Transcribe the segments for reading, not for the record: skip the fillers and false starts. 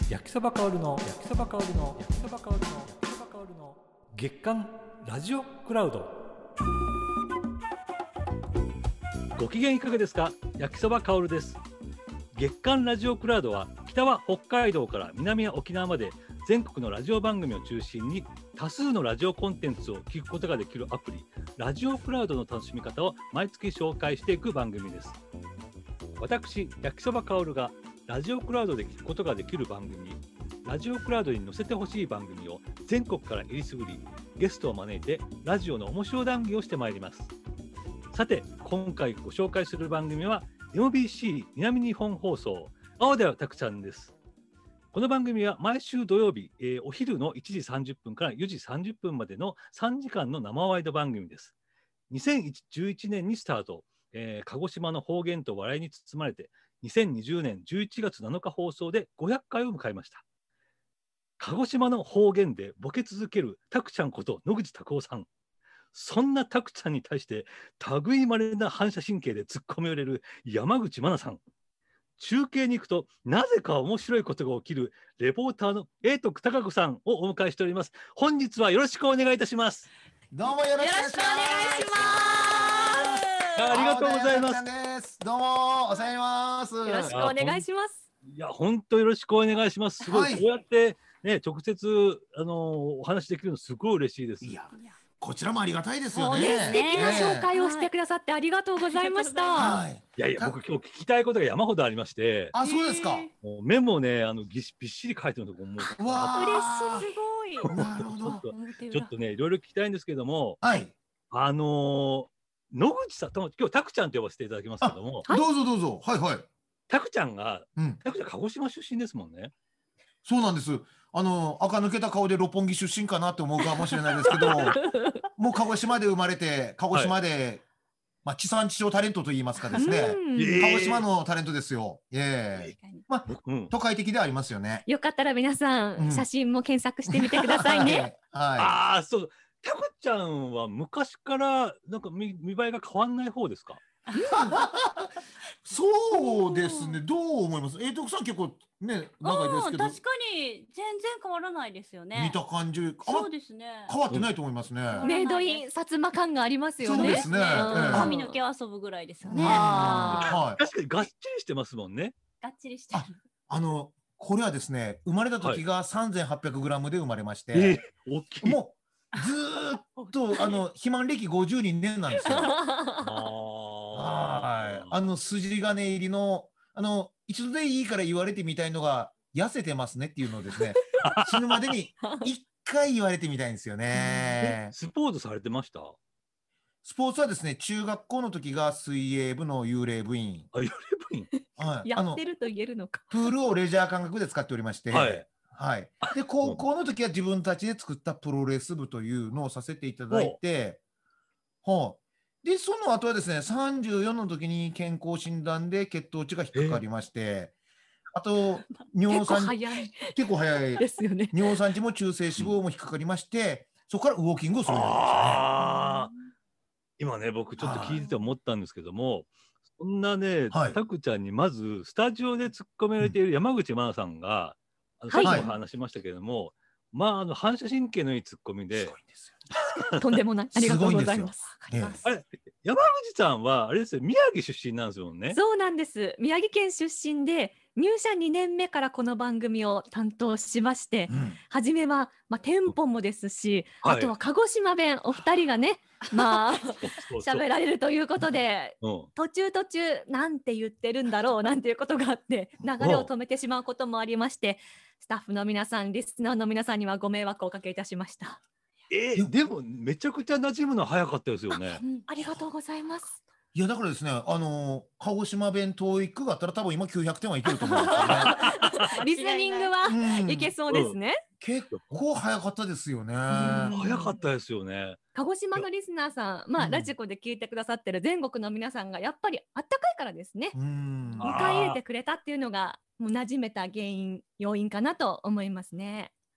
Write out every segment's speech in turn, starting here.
焼きそば香るの月刊ラジオクラウド。ご機嫌いかがですか。焼きそば香るです。月刊ラジオクラウドは北は北海道から南は沖縄まで全国のラジオ番組を中心に多数のラジオコンテンツを聞くことができるアプリラジオクラウドの楽しみ方を毎月紹介していく番組です。私焼きそば香るがラジオクラウドで聞くことができる番組、ラジオクラウドに載せてほしい番組を全国からえりすぐり、ゲストを招いてラジオの面白談義をしてまいります。さて今回ご紹介する番組は MBC 南日本放送青田拓ちゃんです。この番組は毎週土曜日、お昼の1時30分から4時30分までの3時間の生ワイド番組です。2011年にスタート、鹿児島の方言と笑いに包まれて2020年11月7日放送で500回を迎えました。鹿児島の方言でボケ続けるたくちゃんこと野口拓夫さん。そんなたくちゃんに対して類いまれな反射神経で突っ込みを入れる山口真奈さん。中継に行くとなぜか面白いことが起きるレポーターの永徳孝子さんをお迎えしております。本日はよろしくお願いいたします。 どうもよろしくお願いします。 ありがとうございます。 どうもお世話になります。 よろしくお願いします。 いや本当よろしくお願いします。すごい、こうやってね直接お話できるのすごい嬉しいです。 いやこちらもありがたいですよね。 素敵な紹介をしてくださってありがとうございました。 はい。 いや僕今日聞きたいことが山ほどありまして。 あ、そうですか。 もうメモねびっしり書いてるのと思う。 わ嬉しい、すごい。 なるほど。 ちょっとねいろいろ聞きたいんですけども。 はい。 野口さん、今日タクちゃんと呼ばせていただきますけども。 どうぞどうぞ。はいはい。 タクちゃんが、タクちゃん鹿児島出身ですもんね。 そうなんです。垢抜けた顔で六本木出身かなって思うかもしれないですけど、もう鹿児島で生まれて、鹿児島で、地産地消タレントと言いますかですね。鹿児島のタレントですよ。都会的でありますよね。 よかったら皆さん、写真も検索してみてくださいね。 ああ、そう。タクちゃんは昔からなんか見栄えが変わんない方ですか？ そうですね。どう思います？徳さん結構ね長いですけど。 確かに全然変わらないですよね。 見た感じ。 そうですね。 変わってないと思いますね。 メイドイン薩摩感がありますよね。 そうですね。 髪の毛遊ぶぐらいですよね。 確かにがっちりしてますもんね。 がっちりしてる。 これはですね、生まれた時が3800グラムで生まれまして、 大きい。 もうずーっと肥満歴52年なんですよ。筋金入りの一度でいいから言われてみたいのが痩せてますねっていうのをですね、死ぬまでに一回言われてみたいんですよね。 スポーツされてました？ スポーツはですね、中学校の時が水泳部の幽霊部員。 幽霊部員。 やってると言えるのか。 プールをレジャー感覚で使っておりまして。はい。で、高校の時は自分たちで作ったプロレス部というのをさせていただいて、で、その後はですね、34の時に健康診断で血糖値が引っかかりまして、あと、尿酸、結構早いですよね。尿酸値も中性脂肪も引っかかりまして、そこからウォーキングをするようになりましたね。 今ね、僕ちょっと聞いてて思ったんですけども、そんなね、タクちゃんにまずスタジオで突っ込められている山口真奈さんが、さっきも話しましたけれども、反射神経のいいツッコミで。 とんでもない。ありがとうございます。 あれ、山口さんはあれですよ、宮城出身なんですよね。 そうなんです。宮城県出身で入社2年目からこの番組を担当しまして、初めはテンポもですし、あとは鹿児島弁、お二人がね、喋られるということで、途中なんて言ってるんだろうなんていうことがあって流れを止めてしまうこともありまして、スタッフの皆さん、リスナーの皆さんにはご迷惑をおかけいたしました。 でもめちゃくちゃ馴染むの早かったですよね。 ありがとうございます。 いやだからですね、鹿児島弁 TOEIC があったら多分今900点はいけると思うんですよね。 リスニングはいけそうですね。 結構早かったですよね。 早かったですよね。 鹿児島のリスナーさん、ラジコで聞いてくださってる全国の皆さんがやっぱりあったかいからですね。迎え入れてくれたっていうのがもう馴染めた要因かなと思いますね。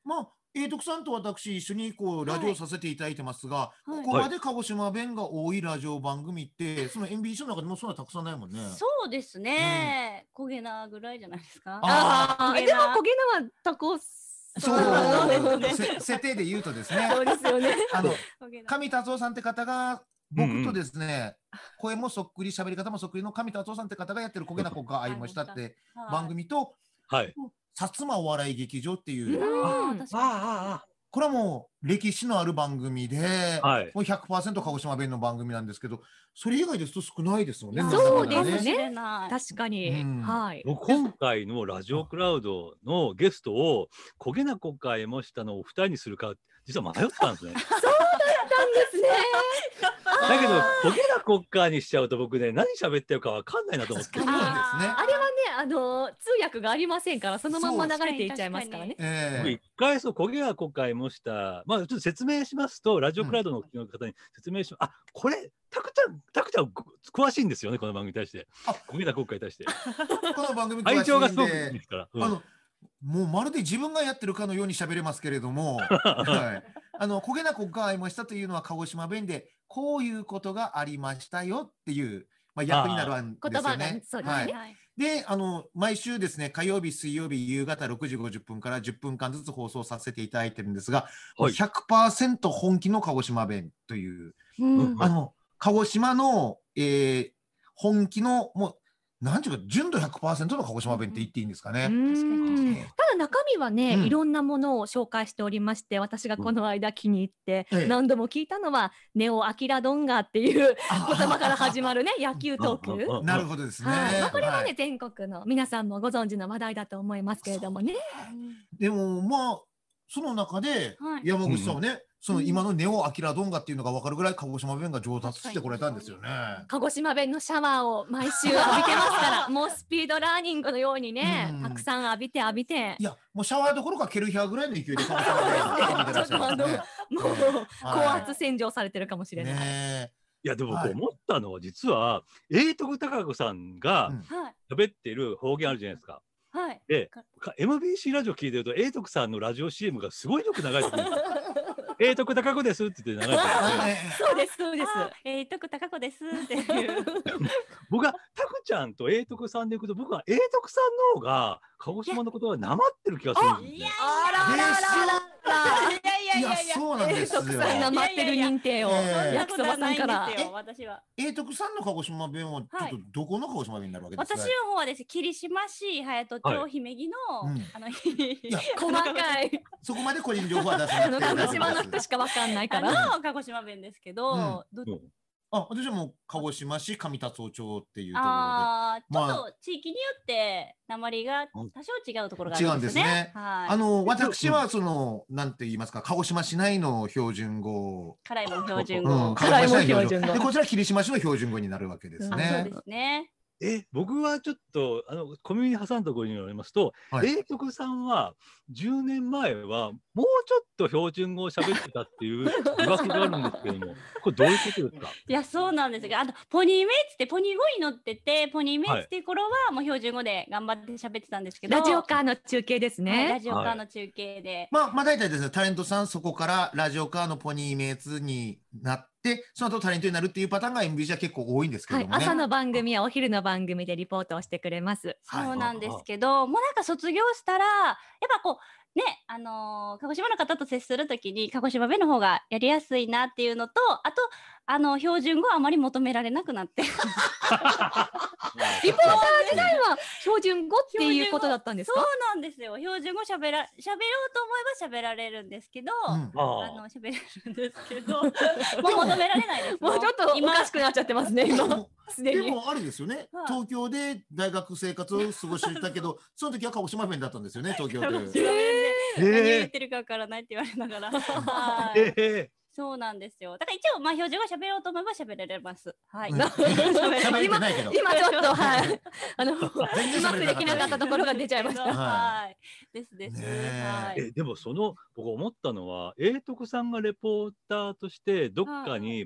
英徳さんと私一緒にこうラジオさせていただいてますが、 はいここまで鹿児島弁が多いラジオ番組って、その MBC の中でもそんなたくさんないもんね。 そうですね。焦げなぐらいじゃないですか。 あああ、でも焦げ菜はタコそうですね設定で言うとですね、 そうですよね。 焦げな上達夫さんって方が僕とですね、声もそっくり喋り方もそっくりの上達夫さんって方がやってる焦げな子が会いましたって番組と、 はい。 薩摩お笑い劇場っていう、 確かにこれはもう歴史のある番組で、 はい。 もう 100% 鹿児島弁の番組なんですけど、それ以外ですと少ないですよね。 そうですねなかなかかもしれない。 確かに、 うんはい。 僕今回のラジオクラウドのゲストを焦げな国会もしたのお二人にするか実は迷ったんですね。 なんですね。 だけど焦げな国会にしちゃうと僕ね何喋ってるかわかんないなと思って。 そうですね。 あれはね、通訳がありませんから、そのまんま流れていっちゃいますからね。 僕一回そう焦げな国会もしたまあちょっと説明しますとラジオクラウドの方に説明します。あこれタクちゃん詳しいんですよねこの番組に対して焦げな国会に対して。 この番組会長がすごくいいでですから。 もうまるで自分がやってるかのように喋れますけれども、はい、焦げな国会もしたというのは鹿児島弁でこういうことがありましたよっていう、まあ、訳になるんですよ言葉がね。 そうですね。 はいはい。 で毎週ですね火曜日水曜日夕方6時50分から10分間ずつ放送させていただいてるんですが、 はい 100% 本気の鹿児島弁といううん鹿児島の、本気のもう何ていうか純度 100% の鹿児島弁って言っていいんですかね。 うんただ中身はね、 うんいろんなものを紹介しておりまして、私がこの間気に入ってええ何度も聞いたのはネオアキラドンガっていうあ言葉から始まるね野球トーク。 なるほどですね。 はい、まあこれはね、 はい全国の皆さんもご存知の話題だと思いますけれどもね。 でもまあその中ではい山口さんはね、その今のネオアキラドンガっていうのが分かるぐらい鹿児島弁が上達してこれたんですよね。 鹿児島弁のシャワーを毎週浴びてますからもうスピードラーニングのようにね、 うんたくさん浴びて浴びていやもうシャワーどころかケルヒャーぐらいの勢いで鹿児島弁を見てらっしゃいますね。 もう高圧洗浄されてるかもしれない。 ねいやでもはい僕思ったのは実は英徳孝子さんがうんはい。 喋ってる方言あるじゃないですか。 はい。 で、MBC ラジオ聞いてると英徳さんのラジオ CM がすごいよく流れてくるんですよ。英徳孝子ですって言って流れてくるんでそうですそうです。 徳高子ですっていう。 僕はタクちゃんと英徳さんでいくと僕は英徳さんの方が鹿児島の言葉なまってる気がするんですね。 あららららら。 いやそうなんですよ。 徳さんが待ってる認定をええ焼きそばさんから。 私は。 英徳さんの鹿児島弁はちょっとどこの鹿児島弁になるわけですか。 私の方はですね、霧島市隼人町姫木の、 うんいや細かい。 そこまで個人情報は出さなくて鹿児島の大丈夫です人しかわかんないから。 鹿児島弁ですけど、 うん私はもう鹿児島市上達夫町っていうとこちょまあっと地域によって訛りが多少違うところがあ違るでね。 うんんですすね。 はい。 私はそのなんて言いますか鹿児島市内の標準語、 辛いもん標準うん語。 辛いもん標準語でこちら霧島市の標準語になるわけですそうねで。すね。 僕はちょっと小耳に挟んだところによりますと、 はい英徳さんは10年前はもうちょっと標準語を喋ってたっていう疑惑があるんですけども、これどういうことですか？ いや、そうなんですが、ポニーメイツってポニー語に乗ってて、ポニーメイツっていう頃はもう標準語で頑張って喋ってたんですけど、 ラジオカーの中継ですはいラね。 ジオカーの中継で。 まあ大体ですねタレントさんそこからラジオカーのポニーメイツになってその後タレントになるっていうパターンが MBC は結構多いんですけはい、 どもね。 朝の番組やお昼の番組でリポートをしてくれます。 そうなんですけど、もうなんか卒業したら、やっぱこう、ね、鹿児島の方と接するときに、鹿児島弁の方がやりやすいなっていうのと、あと、標準語はあまり求められなくなって。 リポーター時代は標準語っていうことだったんですそうか？ なんですよ。標準語喋ろうと思えば喋られるんですけど、 うん喋れるんですけど、もう求められないです。 もうちょっとおかしくなっちゃってますね、今。すでに。 でもあれですよね、 はい東京で大学生活を過ごしてたけどその時は鹿児島弁だったんですよね東京鹿児島で。 弁で何言ってるかわからないって言われながら。はいそうなんですよ。だから一応標準語喋ろうと思えば喋れれます。はい。 うん喋れてないけど。 今ちょっと、はい。 然うまくできなかったところが出ちゃいました。 はい。ですです。 ねえはい。 でも僕思ったのは英徳さんがレポーターとしてどっかに、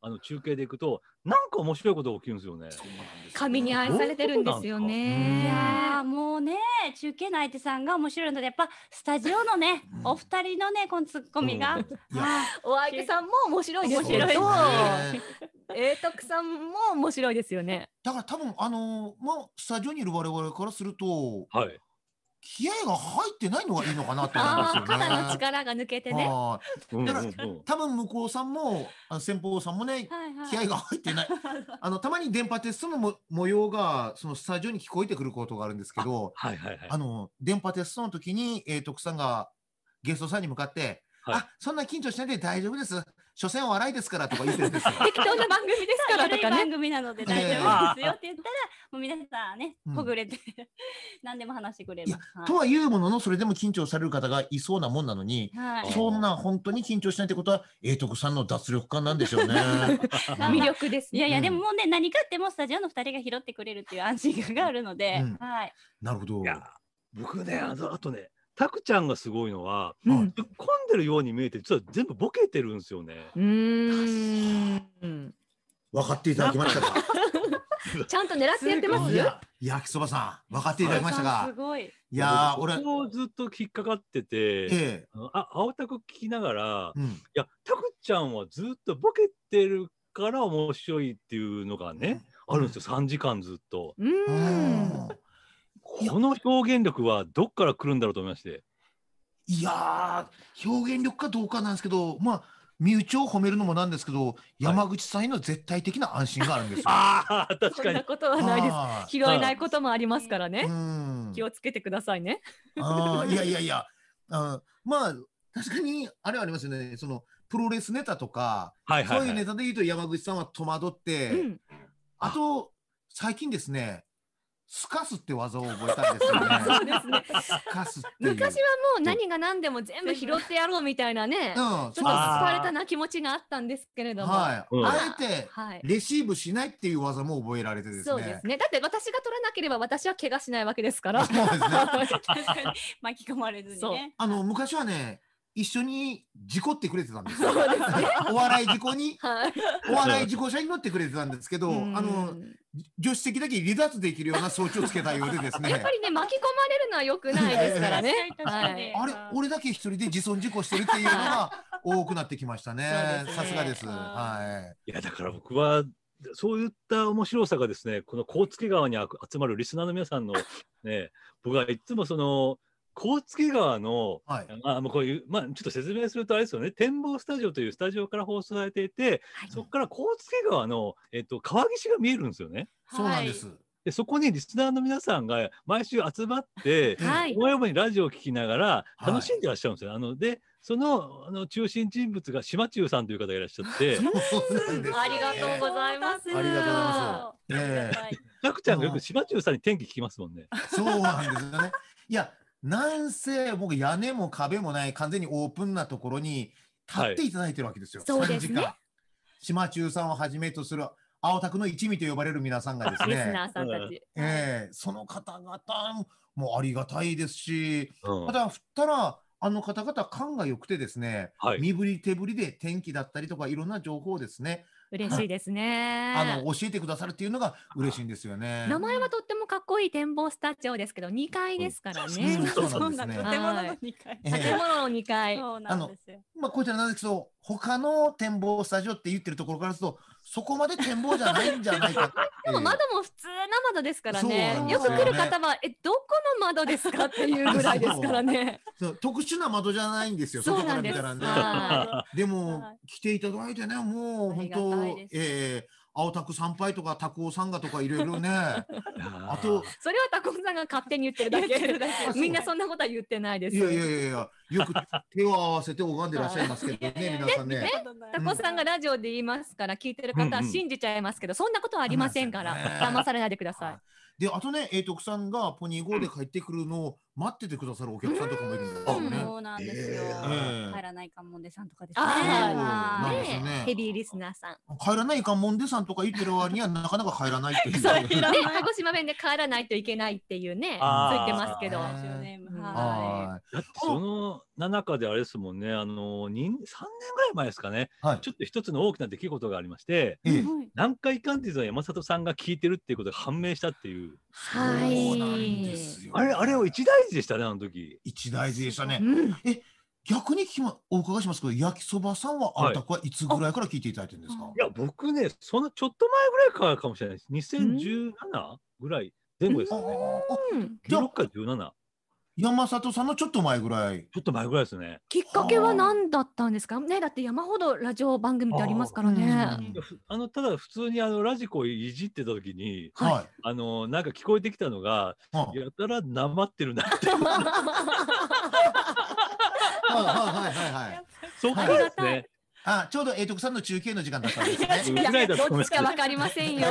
中継でいくとなんか面白いことが起きるんですよね。 神に愛されてるんですよね。 いやーもうね中継の相手さんが面白いのでやっぱスタジオのね、お二人のねこのツッコミが、 お相手さんも面白いですけど、英徳さんも面白いですよね。 だから多分スタジオにいる我々からすると、 はい、 気合が入ってないのがいいのかなと思うんですよね。 肩の力が抜けてね。 だから多分向こうさんも先方さんもね、気合が入ってない。たまに電波テストの模様がそのスタジオに聞こえてくることがあるんですけど、電波テストの時に徳さんがゲストさんに向かって「あ、そんな緊張しないで大丈夫です。所詮笑いですから」とか言ってるんですよ。 適当な番組ですからとかね。 番組なので大丈夫ですよって言ったら、もう皆さんねほぐれて何でも話してくれます。 とはいうものの、それでも緊張される方がいそうなもんなのに、そんな本当に緊張しないってことは英徳さんの脱力感なんでしょうね。 魅力ですね。 いやいやでももうね何かってもスタジオの2人が拾ってくれるっていう安心感があるので、 なるほど。 いや僕ねあとねタクちゃんがすごいのは、突っ込んでるように見えて実は全部ボケてるんですよね。 分かっていただきましたか。 ちゃんと狙ってやってます。 焼きそばさん分かっていただきましたか。 すごい。 いや俺ずっと引っかかってて、青タク聞きながら、いやタクちゃんはずっとボケてるから面白いっていうのがね、あるんですよ。3時間ずっと。この表現力はどっから来るんだろうと思いまして。 いや表現力かどうかなんですけど、まあ身内を褒めるのもなんですけど、山口さんへの絶対的な安心があるんですよ。 確かに。 そんなことはないです。拾えないこともありますからね。気をつけてくださいね。 いやまあ確かにあれはありますよね。そのプロレスネタとかそういうネタで言うと山口さんは戸惑って、あと最近ですね。スカスって技を覚えたんですよね。 そうですね。 スカスって昔はもう何が何でも全部拾ってやろうみたいなね、ちょっとスパルタな気持ちがあったんですけれども、 あえてレシーブしないっていう技も覚えられてですね。 そうですね。だって私が取らなければ私は怪我しないわけですから。 そうですね。巻き込まれずにね。 昔はね。一緒に事故ってくれてたんですよ。お笑い事故に、お笑い事故車に乗ってくれてたんですけど、助手席だけ離脱できるような装置をつけたようでですね。 やっぱりね巻き込まれるのは良くないですからね。 あれ、俺だけ一人で自損事故してるっていうのが多くなってきましたね。さすがです。いやだから僕はそういった面白さがですね、この甲突川に集まるリスナーの皆さんのね、僕はいつもその甲突川の、こういう、ちょっと説明するとあれですよね、展望スタジオというスタジオから放送されていて、そこから甲突川の、川岸が見えるんですよね。 そうなんです。 でそこにリスナーの皆さんが毎週集まって、思い思いにラジオを聞きながら楽しんでらっしゃるんですよ。でその中心人物が島中さんという方がいらっしゃって、 ありがとうございます。 ありがとうございます。 タクちゃんがよく島中さんに天気聞きますもんね。 そうなんですよね。いや。なんせ僕屋根も壁もない完全にオープンなところに立っていただいてるわけですよ。3時間。島中さんをはじめとする青タクの一味と呼ばれる皆さんがですね。 リスナーさんたち。 その方々もありがたいですし、ただ振ったらあの方々勘が良くてですね、身振り手振りで天気だったりとかいろんな情報をですね。 嬉しいですね。 教えてくださるっていうのが嬉しいんですよね。 名前はとってもかっこいい展望スタジオですけど、2階ですからね。 そうなんですね。 建物の2階。 建物の2階。 そうなんですよ。 こういったなんですけど、他の展望スタジオって言ってるところからすると、そこまで展望じゃないんじゃないか。 でも窓も普通な窓ですからね。よく来る方はどこの窓ですかっていうぐらいですからね。 特殊な窓じゃないんですよ。外から見たらね。でも来ていただいてね、もう本当青タク参拝とかタクオさんがとかいろいろね。あとそれはタクオさんが勝手に言ってるだけ。みんなそんなことは言ってないです。 いやよく手を合わせて拝んでらっしゃいますけどね、皆さんね。 タクオさんがラジオで言いますから聞いてる方は信じちゃいますけど、そんなことはありませんから騙されないでください。 であとね、徳さんがポニー号で帰ってくるのを待っててくださるお客さんとかもいるんですよね。 そうなんですよ。帰らない関門でさんとかですね。 ヘビーリスナーさん。 帰らない関門でさんとか言ってる割にはなかなか帰らないっていう。 そうね、鹿児島弁で帰らないといけないっていうね、ついてますけど。 だってその中であれですもんね、3年ぐらい前ですかね、 はい。 ちょっと一つの大きな出来事がありまして、 ええ。 はい南海キャンディーズの山里さんが聞いてるっていうことが判明したっていう、 はいそうなんですよ。 あれを一大事でしたね、あの時。 一大事でしたね。 うん逆にお伺いしますけど、焼きそばさんは青タクはいつぐらいから聞いていただいてるんですか？ いや、僕ね、そのちょっと前ぐらいからかもしれないです。2017ぐらい前後ですあね。 うんじゃあ 16か17。 山里さんのちょっと前ぐらい。 ちょっと前ぐらいですね。 きっかけは何だったんですかね。だって山ほどラジオ番組ってありますからね。 ただ普通にラジコをいじってた時に、 はい。 なんか聞こえてきたのが、 はいやたらなまってるなって。 はい。 そこからですね。 あ、ちょうど永徳さんの中継の時間だったんですね。 ぐらいだと思いますどっちかわかりませんよ。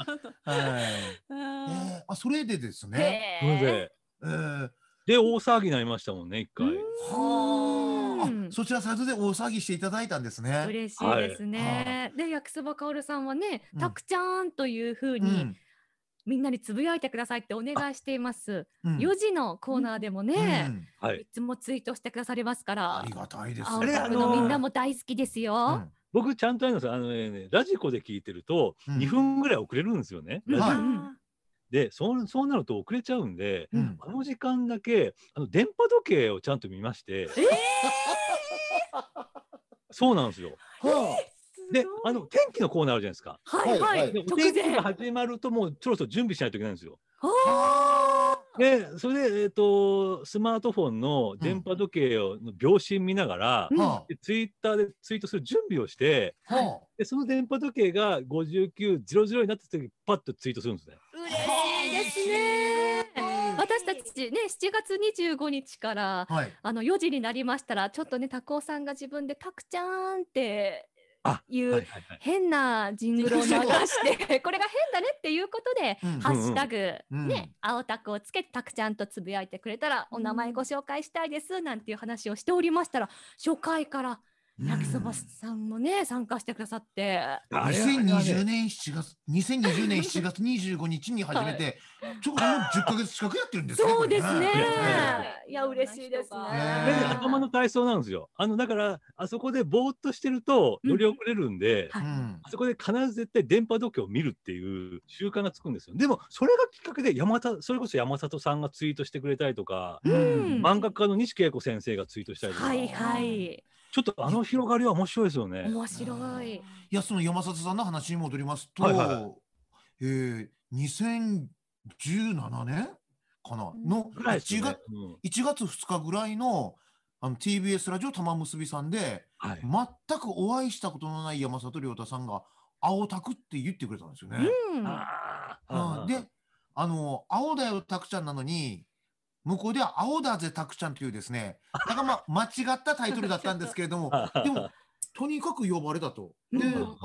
はい。それでですね。 それで、で、大騒ぎになりましたもんね、一回。 そちらサイトで大騒ぎしていただいたんですね。 嬉しいですね。で、焼きそばかおるさんはね、たくちゃんというふうに、みんなにつぶやいてくださいってお願いしています。4時のコーナーでもね、いつもツイートしてくださりますから。 ありがたいです。 青タクのみんなも大好きですよ。 僕ちゃんとあるんですよ。ラジコで聞いてると2分ぐらい遅れるんですよね。で、そうなると遅れちゃうんで、あの時間だけ電波時計をちゃんと見まして。そうなんですよ。で、天気のコーナーあるじゃないですか。お天気が始まるともうそろそろ準備しないといけないんですよ。で、それで、スマートフォンの電波時計の秒針見ながら、ツイッターでツイートする準備をして、でその電波時計が5900になった時にパッとツイートするんですね。 嬉しいですね。私たちね、7月25日から4時になりましたら、ちょっとね、タコさんが自分でたくちゃんっていう変なジングルを流してこれが変だねっていうことで「ハッシュタグね青タク」をつけてたくちゃんとつぶやいてくれたらお名前ご紹介したいですなんていう話をしておりましたら、初回から焼きそばさんもね参加してくださって、 2020年7月25日に始めてちょうどもう10ヶ月近くやってるんですね。 そうですね。いや嬉しいですね。 頭の体操なんですよ。だからあそこでぼーっとしてるとより遅れるんで、あそこで必ず絶対電波時計を見るっていう習慣がつくんですよ。でもそれがきっかけでそれこそ山里さんがツイートしてくれたりとか、漫画家の西恵子先生がツイートしたりとか。ちょっと広がりは面白いですよね。 面白い。 いや、その山里さんの話に戻りますと、2017年かなの1月2日ぐらいのTBS ラジオ玉結びさんで、全くお会いしたことのない山里亮太さんが青タクって言ってくれたんですよね。で、青だよタクちゃんなのに向こうでは青だぜタクちゃんというですね、なんか間違ったタイトルだったんですけれども、でもとにかく呼ばれたと。で、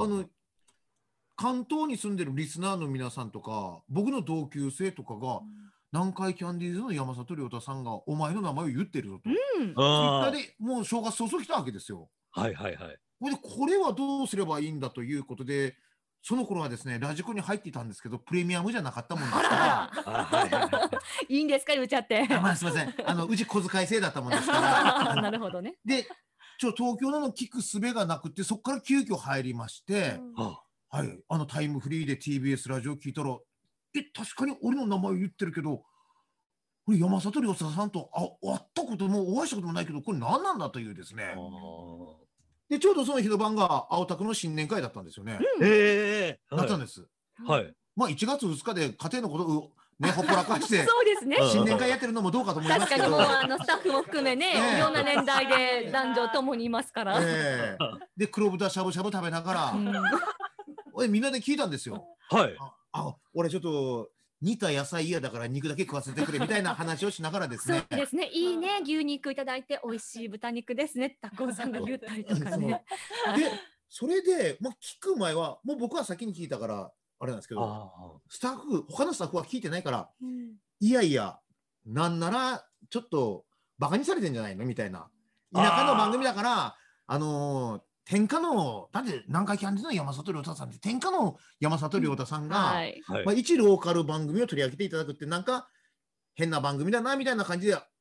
関東に住んでるリスナーの皆さんとか僕の同級生とかが、南海キャンディーズの山里亮太さんがお前の名前を言ってるぞと、ツイッターでもう正月早々来たわけですよ。これはどうすればいいんだということで、その頃はですねラジコに入っていたんですけどプレミアムじゃなかったもんですからいいんですか言っちゃって。 すみません、うち小遣い制だったもんですからなるほどね。 で東京の聞く術がなくて、そこから急遽入りまして、タイムフリーで TBS ラジオ聞いたら、確かに俺の名前言ってるけどこれ山里亮太さんと会ったこともお会いしたこともないけど、これ何なんだというですね。でちょうどその日の晩が青タクの新年会だったんですよね。だったんです。まあ1月2日で家庭のことをねほっぽらかしてそうですね。 新年会やってるのもどうかと思いますけど、 確かにもうスタッフも含めね、いろんな年代で男女ともにいますから。 で黒豚しゃぶしゃぶ食べながらみんなで聞いたんですよ。俺ちょっと煮た野菜嫌だから肉だけ食わせてくれみたいな話をしながらですね。 そうですね。いいね、牛肉いただいて美味しい豚肉ですね。タコさんが言ったりとかね。 でそれで聞く前はもう僕は先に聞いたからあれなんですけど、他のスタッフは聞いてないから、いやいやなんならちょっとバカにされてんじゃないのみたいな。田舎の番組だから天下のだって南海キャンディーズの山里亮太さんって天下の山里亮太さんが、一ローカル番組を取り上げていただくってなんか変な番組だなみたいな感じで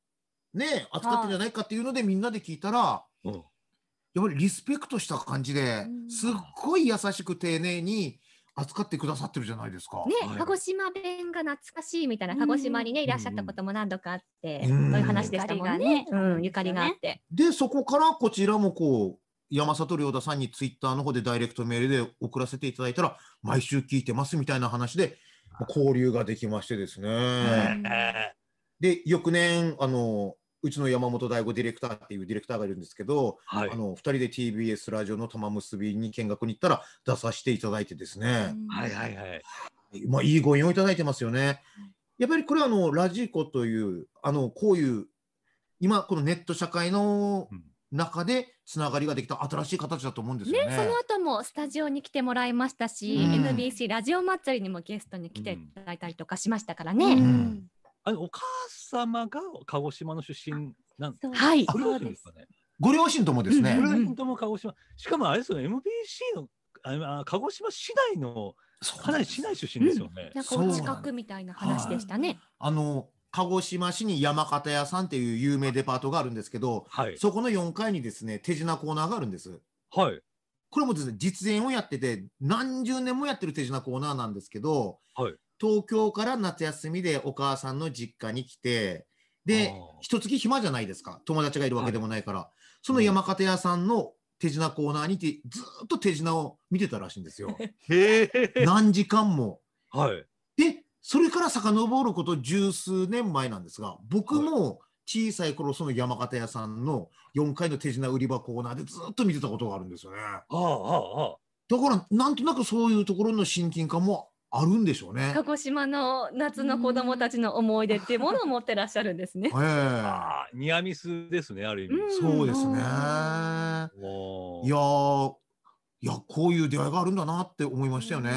ね扱ってるんじゃないかっていうのでみんなで聞いたら、やっぱりリスペクトした感じですっごい優しく丁寧に扱ってくださってるじゃないですか。 ね、鹿児島弁が懐かしいみたいな、鹿児島にねいらっしゃったことも何度かあって、そういう話でしたもんね。ゆかりがあって。 でそこからこちらもこう山里亮太さんにツイッターの方でダイレクトメールで送らせていただいたら毎週聞いてますみたいな話で交流ができましてですね。で翌年うちの山本大吾ディレクターっていうディレクターがいるんですけど、2人で TBS ラジオの玉結びに見学に行ったら出させていただいてですね、まあいいご縁をいただいてますよね。やっぱりこれはラジコというこういう今このネット社会の中でつながりができた新しい形だと思うんですよね。 その後もスタジオに来てもらいましたし、MBC ラジオ祭りにもゲストに来ていただいたりとかしましたからね。 お母様が鹿児島の出身なんですか。 はい、 ご両親ともですね。 ご両親とも鹿児島。しかもあれですよね、MBC の鹿児島市内のかなり市内出身ですよね。 なんかお近くみたいな話でしたね。 鹿児島市に山形屋さんっていう有名デパートがあるんですけど、そこの4階にですね手品コーナーがあるんです。これもですね実演をやってて何十年もやってる手品コーナーなんですけど、東京から夏休みでお母さんの実家に来て、で一月暇じゃないですか、友達がいるわけでもないから、その山形屋さんの手品コーナーにいてずっと手品を見てたらしいんですよ。何時間も。でそれから遡ること十数年前なんですが、僕も小さい頃その山形屋さんの4階の手品売り場コーナーでずっと見てたことがあるんですよね。だからなんとなくそういうところの親近感もあるんでしょうね。 鹿児島の夏の子供たちの思い出っていうものを持ってらっしゃるんですね。 ニアミスですね、ある意味。 そうですね。いやこういう出会いがあるんだなって思いましたよね。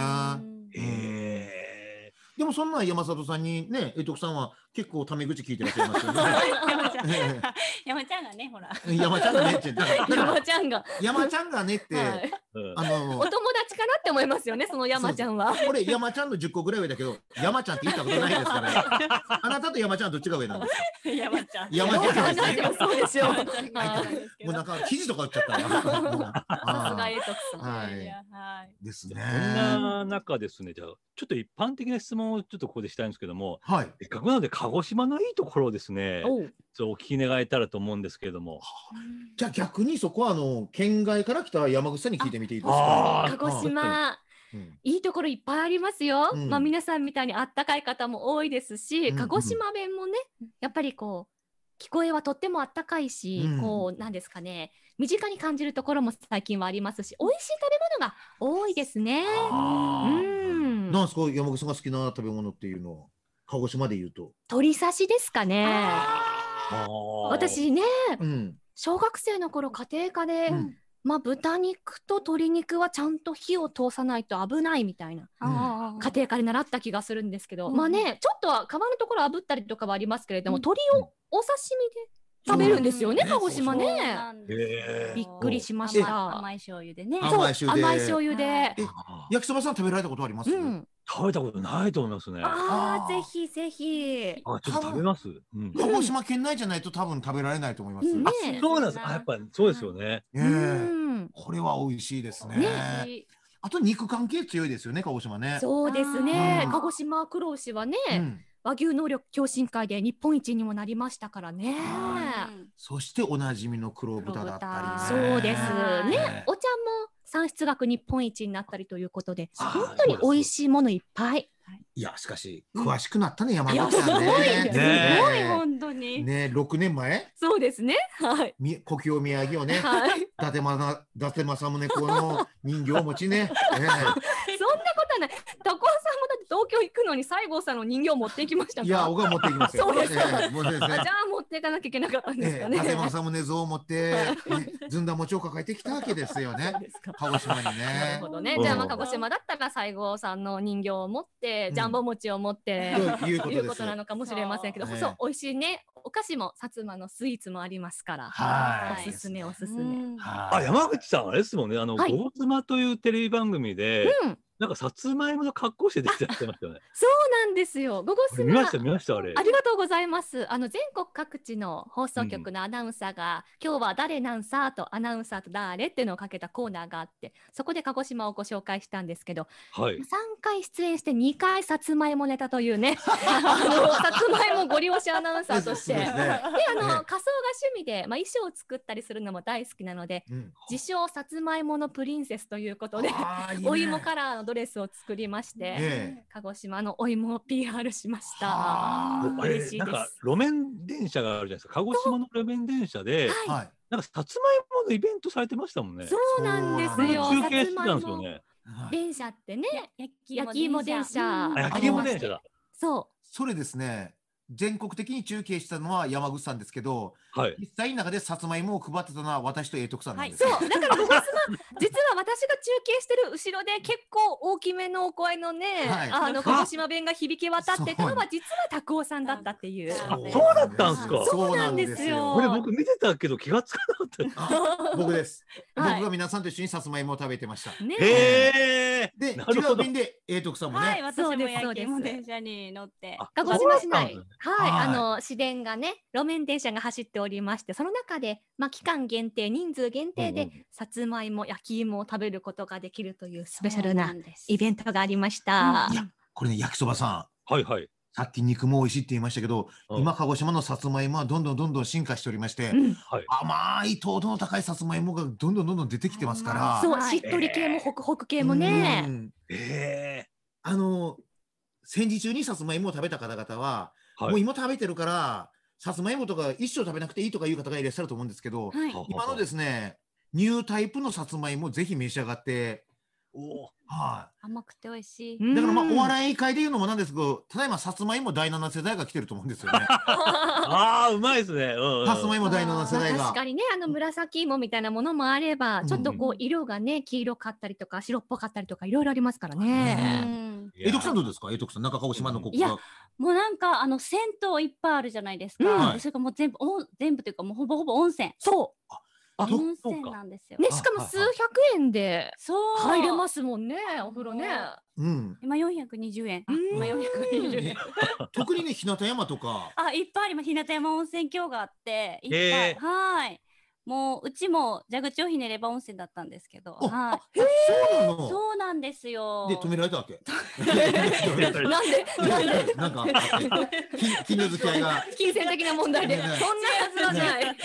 でもそんな山里さんにね、徳さんは結構タメ口聞いてらっしゃいますよね。 山ちゃんがね、ほら。 山ちゃんがねって、山ちゃんがねって、 お友達かなって思いますよね、その山ちゃんは。 これ山ちゃんの10個ぐらい上だけど、山ちゃんって言ったことないですからね。あなたと山ちゃんはどっちが上なんですか。 山ちゃん。 山ちゃんですね。 そうですよ。もうなんか記事とか売っちゃったら。 さすが栄徳さん。 ですね。 こんな中ですね、じゃあちょっと一般的な質問をちょっとここでしたいんですけども、せっかくなので鹿児島のいいところをですね、お聞き願えたらと思うんですけれども。 じゃあ逆にそこは県外から来た山口さんに聞いてみていいですか。 鹿児島いいところいっぱいありますよ。まあ皆さんみたいにあったかい方も多いですし、鹿児島弁もねやっぱりこう聞こえはとってもあったかいし、こうなんですかね、身近に感じるところも最近はありますし、美味しい食べ物が多いですね。 なんですか、山口さんが好きな食べ物っていうのは。鹿児島で言うと鶏刺しですかね。私ね、小学生の頃家庭科で、まあ豚肉と鶏肉はちゃんと火を通さないと危ないみたいな家庭科で習った気がするんですけど、まあねちょっとは皮のところ炙ったりとかはありますけれども、鶏をお刺身で食べるんですよね、鹿児島ね。びっくりしました。 甘い醤油でね。 甘い醤油で。 焼きそばさん食べられたことあります？ 食べたことないと思いますね。 ぜひぜひ。 ちょっと食べます。 鹿児島県内じゃないと多分食べられないと思います。 そうなんです。やっぱりそうですよね。 これは美味しいですね。あと肉関係強いですよね、鹿児島ね。 そうですね。鹿児島黒牛はね、和牛能力共進会で日本一にもなりましたからね。 そしておなじみの黒豚だったりね。そうですね。お茶も産出額日本一になったりということで、本当に美味しいものいっぱい。 いやしかし詳しくなったね、山口さんね。 すごい本当に。 ね、6年前。 そうですね。はい。 故郷宮城をね、伊達政宗公の人形を持ちね。 そんなことはない。高尾さんもだって東京行くのに西郷さんの人形を持っていきましたか。 いや、僕は持っていきますよ。 そうですか。じゃあ持っていかなきゃいけなかったんですかね。 伊達政宗像を持ってずんだ餅を抱えてきたわけですよね。鹿児島にね。 なるほどね。じゃあまあ鹿児島だったら西郷さんの人形を持ってジャンボ餅を持っていうことなのかもしれませんけど、そう美味しいねお菓子も薩摩のスイーツもありますから、おすすめおすすめ。 山口さんあれですもんね、ゴゴ妻というテレビ番組でなんかさつまいもの格好して出てらっしゃいましたよね。 そうなんですよ。ゴゴスマ。 見ましたあれ。 ありがとうございます。全国各地の放送局のアナウンサーが、今日は誰なんさとアナウンサーと誰っていうのをかけたコーナーがあって、そこで鹿児島をご紹介したんですけど、 はい。 3回出演して2回さつまいもネタというね、さつまいもご利用しアナウンサーとして、で、仮装が趣味で、衣装を作ったりするのも大好きなので、自称さつまいものプリンセスということで、お芋カラーのドレスを作りまして、鹿児島のお芋を PR しました。嬉しいです。 なんか路面電車があるじゃないですか。鹿児島の路面電車で、なんかさつまいものイベントされてましたもんね。 そうなんですよ。 中継してたんですよね。 電車ってね、焼き芋電車。 焼き芋電車だ。 そう。 それですね。全国的に中継したのは山口さんですけど、実際の中でさつまいもを配ってたのは私と栄徳さんなんです。 そう、だからゴゴスマ、実は私が中継してる後ろで結構大きめのお声のね、鹿児島弁が響き渡ってたのは実は拓夫さんだったっていう。 そうだったんですか。 そうなんですよ。 これ僕見てたけど気がつかなかった。僕です。僕が皆さんと一緒にさつまいもを食べてました。 へえ。 で、違う便で栄徳さんもね。 はい、私も焼き芋電車に乗って。 鹿児島市内。はい、市電がね、路面電車が走っておりまして、その中で、期間限定、人数限定で、さつまいも、焼き芋を食べることができるというスペシャルなイベントがありました。 いや、これね、焼きそばさん。はいはい。 さっき肉も美味しいって言いましたけど、今鹿児島のさつまいもはどんどん進化しておりまして、甘い糖度の高いさつまいもがどんどん出てきてますから。 そう、しっとり系もホクホク系もね。 戦時中にさつまいもを食べた方々は、もう今食べてるからさつまいもとか一生食べなくていいとかいう方がいらっしゃると思うんですけど、今のですねニュータイプのさつまいもぜひ召し上がって、 甘くて美味しい。 だからお笑い界でいうのもなんですけど、ただいまさつまいも第7世代が来てると思うんですよね。 うまいですね。 さつまいも第7世代が。 確かにね、紫芋みたいなものもあれば、ちょっとこう色がね黄色かったりとか白っぽかったりとかいろいろありますからね。 栄徳さんどうですか？栄徳さん、中鹿児島のここが。 もうなんか銭湯いっぱいあるじゃないですか。それからもう全部というかもうほぼ温泉。 そう。 温泉なんですよ。 ね、しかも数百円で入れますもんね、お風呂ね。 今420円。今420円。 特にね、日向山とか。 いっぱいあります。日向山温泉郷があって、いっぱい。はい。もううちも蛇口をひねれば温泉だったんですけど、そうなんですよ。 で止められたわけ。なんか金の付き合いが金銭的な問題で、そんなはずはない。違います。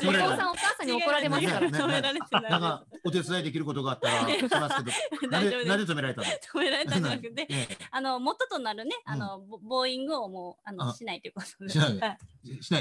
お父さんお母さんに怒られますから。 止められてない。 なんかお手伝いできることがあったらしますけど、なんで止められたの？ 止められたんじゃなくて、元となるね、ボーイングをもうしないということで。しない。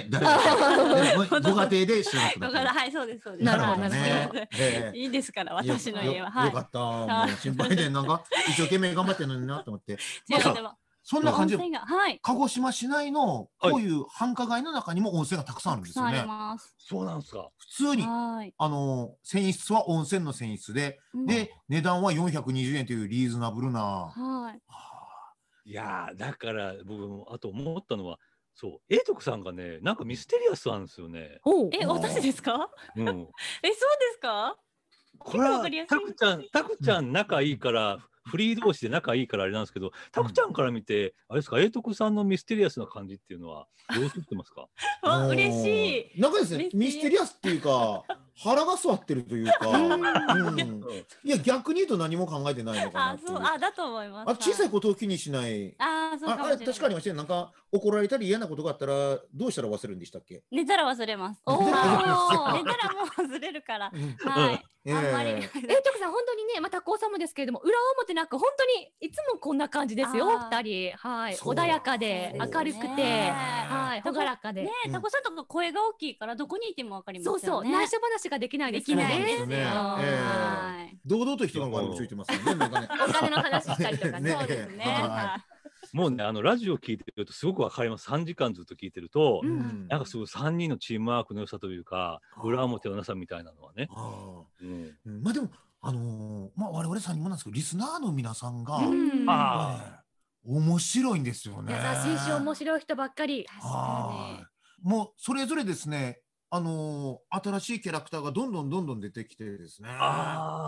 誰？ご家庭でしなくなった。 はい、そうですそうです。 なるほどね。 いいですから私の家は。 よかった。もう心配でなんか一生懸命頑張ってるのになと思って。そんな感じで鹿児島市内のこういう繁華街の中にも温泉がたくさんあるんですよね。 そうなんですか。 普通に泉質は温泉の泉質で、値段は420円というリーズナブルな。 いやだから僕もあと思ったのは。そう、栄徳さんがね、なんかミステリアスなんですよね。 私ですか？そうですか？ これはタクちゃん仲いいからフリー同士で仲いいからあれなんですけど、タクちゃんから見てあれですか、栄徳さんのミステリアスな感じっていうのはどう映ってますか？ 嬉しい。 なんかですね、ミステリアスっていうか腹が座ってるというか、いや逆に言うと何も考えてないのかなっていう。 だと思います。 小さいことを気にしない。あれ確かになんか怒られたり嫌なことがあったらどうしたら忘れるんでしたっけ？ 寝たら忘れます。寝たらもう忘れるから。はい。 栄徳さん本当にね、また高さもですけれども、裏表なく本当にいつもこんな感じですよ。二人、穏やかで明るくて、朗らかで。 ね、タコさんとか声が大きいからどこにいてもわかりますよね。 そうそう、内緒話ができないですからね。堂々と人の悪口言ってますよね。 お金の話したりとかね。 そうですね。 もうね、ラジオ聞いてるとすごくわかります。3時間ずっと聞いてると、なんかすごい3人のチームワークの良さというか、裏表のなさみたいなのはね。 まあでも我々3人もなんですけど、リスナーの皆さんが面白いんですよね。 優しいし面白い人ばっかり。 確かに。もうそれぞれですね、新しいキャラクターがどんどん出てきてですね。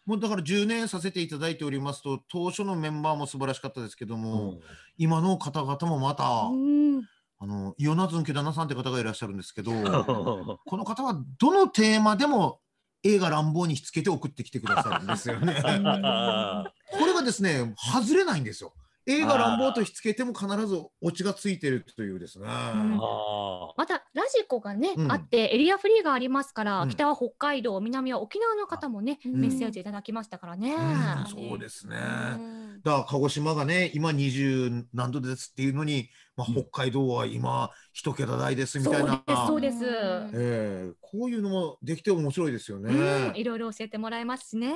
もうだから10年させていただいておりますと、当初のメンバーも素晴らしかったですけども、今の方々もまた、イオナズンケダナさんって方がいらっしゃるんですけど、この方はどのテーマでも映画乱暴にしつけて送ってきてくださるんですよね。これがですね、外れないんですよ。映画乱暴としつけても必ずオチがついてるというですね。 またラジコがね、あってエリアフリーがありますから、北は北海道、南は沖縄の方もね、メッセージいただきましたからね。 そうですね。だから鹿児島がね、今20何度ですっていうのに、北海道は今1桁台ですみたいな。 そうです。 こういうのもできて面白いですよね。 いろいろ教えてもらえますしね。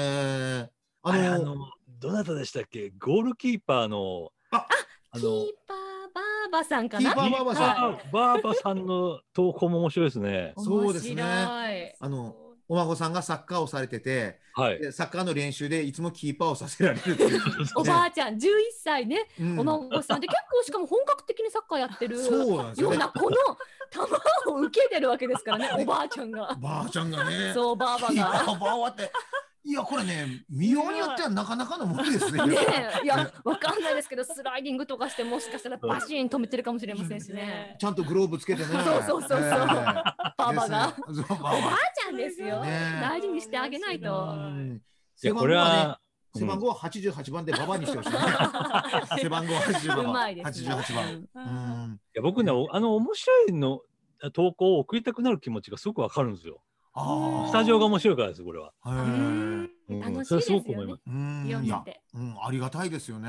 どなたでしたっけ、ゴールキーパーのキーパーバーバさんかな。 キーパーバーバさん、 バーバさんの投稿も面白いですね。 そうですね。お孫さんがサッカーをされてて、サッカーの練習でいつもキーパーをさせられるっていう。 おばあちゃん11歳ね、お孫さんで結構しかも本格的にサッカーやってるようなこの球を受けてるわけですからね、おばあちゃんが。 ばあちゃんがね。 そう、ばあばが。 ばあばって。いやこれね、見ようによってはなかなかのもんですね。 いやわかんないですけど、スライディングとかしてもしかしたらバシーン止めてるかもしれませんしね。 ちゃんとグローブつけてね。 そう。ばあばが。おばあちゃんですよ。大事にしてあげないと。 背番号はね、背番号は88番でババにしてほしいね。背番号88番。 いや僕ね、面白いの投稿を送りたくなる気持ちがすごくわかるんですよ。スタジオが面白いからです、これは。 楽しいですよね。 ありがたいですよね。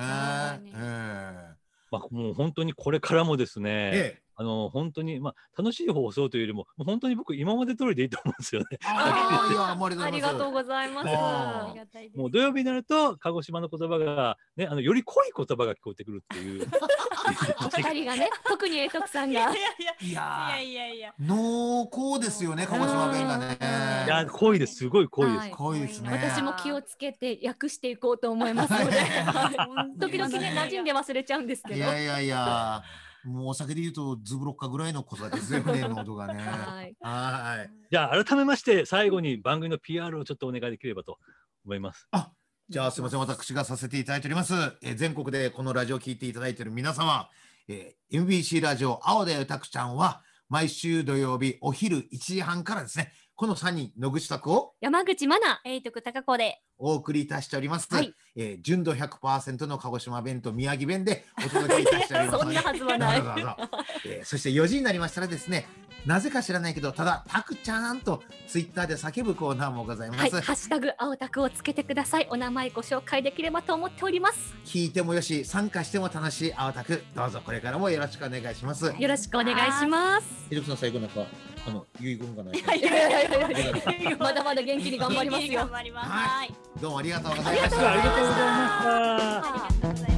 もう本当にこれからもですね、本当に楽しい放送というよりも本当に僕今まで通りでいいと思うんですよね。 ありがとうございます。 もう土曜日になると鹿児島の言葉がね、より濃い言葉が聞こえてくるっていう。 お二人がね、特に栄徳さんが。 いや濃厚ですよね、鹿児島弁がね。 いや濃いです、すごい濃いです。 濃いですね。 私も気をつけて訳していこうと思いますので、時々ね馴染んで忘れちゃうんですけど。 いや。もうお酒で言うとズブロッカぐらいの濃さですよね、濃度がね。 じゃあ改めまして最後に番組の PR をちょっとお願いできればと思います。 じゃあすみません、私がさせていただいております。全国でこのラジオを聞いていただいている皆様、MBC ラジオ青だよたくちゃんは毎週土曜日お昼1時半からですね、この3人、野口拓を山口真奈、 栄徳高子でお送りいたしております。純度 100% の鹿児島弁と宮城弁でお届けいたしております。 そんなはずはない。 そして4時になりましたらですね、なぜか知らないけどただたくちゃんとツイッターで叫ぶコーナーもございます。 ハッシュタグ青タクをつけてください。お名前ご紹介できればと思っております。 聞いてもよし、参加しても楽しい青タク、どうぞこれからもよろしくお願いします。 よろしくお願いします。 栄徳さん、最後なんか遺言がない。 まだまだ元気に頑張りますよ。 どうもありがとうございました。 ありがとうございました。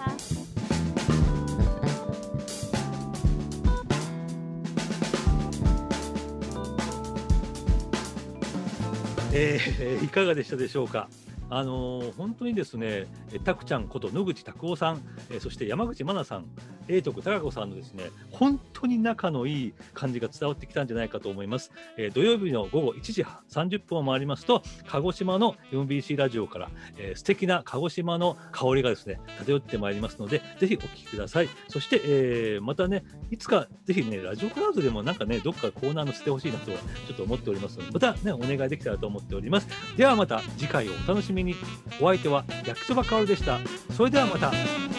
いかがでしたでしょうか。本当にですね、たくちゃんこと野口拓夫さん、そして山口真奈さん、栄徳孝子さんのですね、本当に仲のいい感じが伝わってきたんじゃないかと思います。土曜日の午後1時30分を回りますと、鹿児島の MBC ラジオから、素敵な鹿児島の香りがですね漂ってまいりますので、ぜひお聞きください。そして、またね、いつかぜひね、ラジオクラウドでもなんかね、どっかコーナー載せてほしいなとちょっと思っておりますので、またね、お願いできたらと思っております。ではまた次回をお楽しみに。お相手は焼きそばかおるでした。それではまた。